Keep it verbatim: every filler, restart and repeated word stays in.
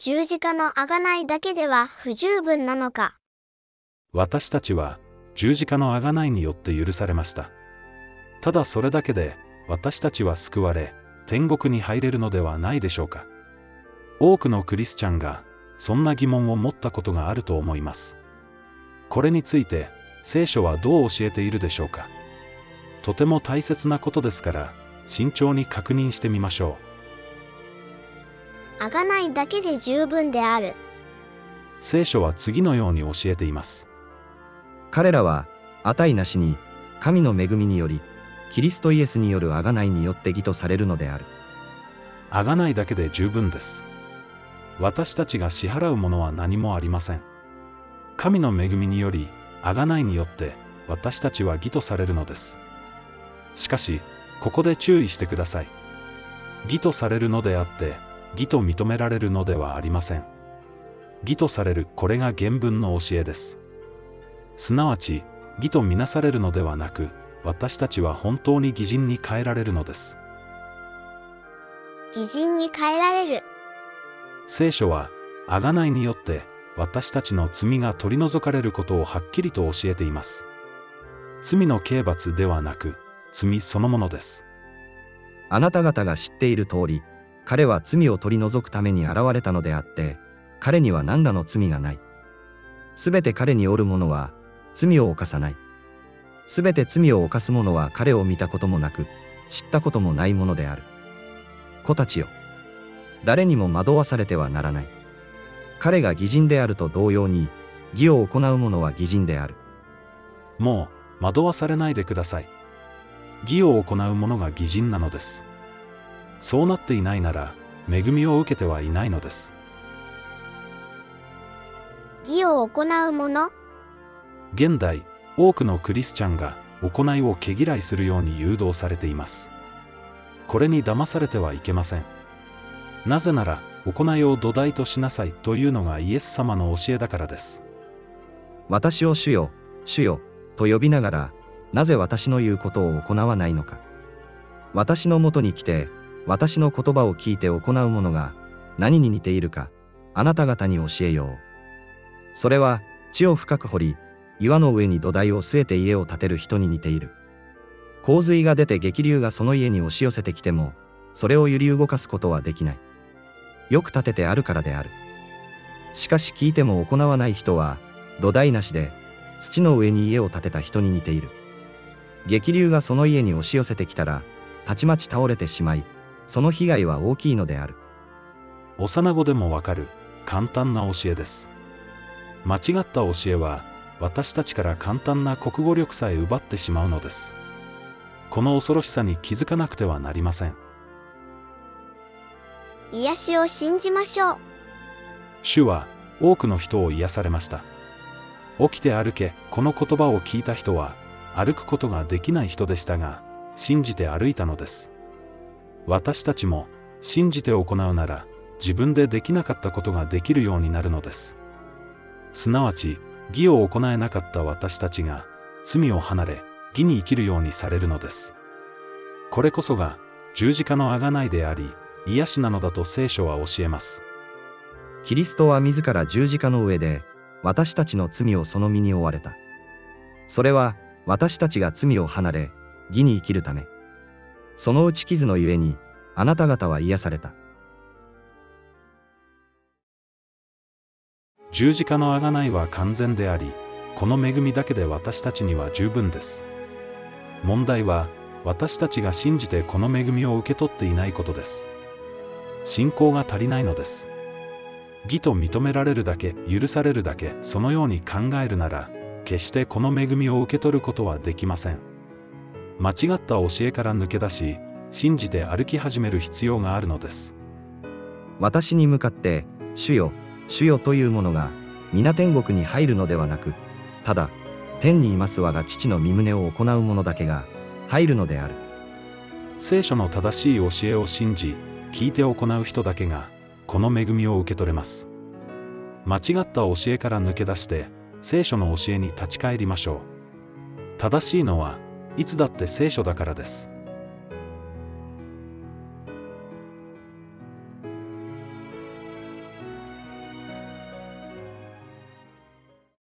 十字架の贖いだけでは不十分なのか。 私たちは十字架の贖いによって許されました。ただそれだけで私たちは救われ、天国に入れるのではないでしょうか。多くのクリスチャンがそんな疑問を持ったことがあると思います。これについて聖書はどう教えているでしょうか。とても大切なことですから慎重に確認してみましょう。贖いだけで十分である。 聖書は次のように教えています。 彼らは値なしに神の恵みによりキリストイエスによる贖いによって義とされるのである。 贖いだけで十分です。私たちが支払うものは何もありません。神の恵みにより贖いによって私たちは義とされるのです。しかしここで注意してください。義とされるのであって義と認められるのではありません。義とされる、これが原文の教えです。すなわち義とみなされるのではなく、私たちは本当に義人に変えられるのです。 義人に変えられる。 聖書は贖いによって私たちの罪が取り除かれることをはっきりと教えています。罪の刑罰ではなく罪そのものです。 あなた方が知っている通り、彼は罪を取り除くために現れたのであって、彼には何らの罪がない。すべて彼におる者は罪を犯さない。すべて罪を犯す者は彼を見たこともなく、知ったこともないものである。子たちよ、誰にも惑わされてはならない。彼が義人であると同様に、義を行う者は義人である。 もう惑わされないでください。義を行う者が義人なのです。そうなっていないなら、恵みを受けてはいないのです。 義を行う者。 現代、多くのクリスチャンが行いを毛嫌いするように誘導されています。これに騙されてはいけません。なぜなら、行いを土台としなさいというのがイエス様の教えだからです。 私を主よ、主よ、と呼びながら、なぜ私の言うことを行わないのか。私のもとに来て、私の言葉を聞いて行う者が何に似ているか、あなた方に教えよう。それは、地を深く掘り、岩の上に土台を据えて家を建てる人に似ている。洪水が出て激流がその家に押し寄せてきても、それを揺り動かすことはできない。よく建ててあるからである。しかし聞いても行わない人は、土台なしで、土の上に家を建てた人に似ている。激流がその家に押し寄せてきたら、たちまち倒れてしまい、その被害は大きいのである。 幼子でもわかる、簡単な教えです。間違った教えは、私たちから簡単な国語力さえ奪ってしまうのです。この恐ろしさに気づかなくてはなりません。 癒しを信じましょう。 主は多くの人を癒されました。起きて歩け、この言葉を聞いた人は、歩くことができない人でしたが、信じて歩いたのです。私たちも、信じて行うなら、自分でできなかったことができるようになるのです。すなわち、義を行えなかった私たちが、罪を離れ、義に生きるようにされるのです。これこそが、十字架の贖いであり、癒しなのだと聖書は教えます。 キリストは自ら十字架の上で、私たちの罪をその身に負われた。それは、私たちが罪を離れ、義に生きるため。その打ち傷のゆえに、あなた方は癒された。 十字架の贖いは完全であり、この恵みだけで私たちには十分です。問題は、私たちが信じてこの恵みを受け取っていないことです。信仰が足りないのです。義と認められるだけ、許されるだけ、そのように考えるなら、決してこの恵みを受け取ることはできません。間違った教えから抜け出し、信じて歩き始める必要があるのです。 私に向かって、主よ、主よというものが、皆天国に入るのではなく、ただ、天にいます我が父の御旨を行う者だけが、入るのである。 聖書の正しい教えを信じ、聞いて行う人だけが、この恵みを受け取れます。間違った教えから抜け出して、聖書の教えに立ち返りましょう。正しいのは、いつだって聖書だからです。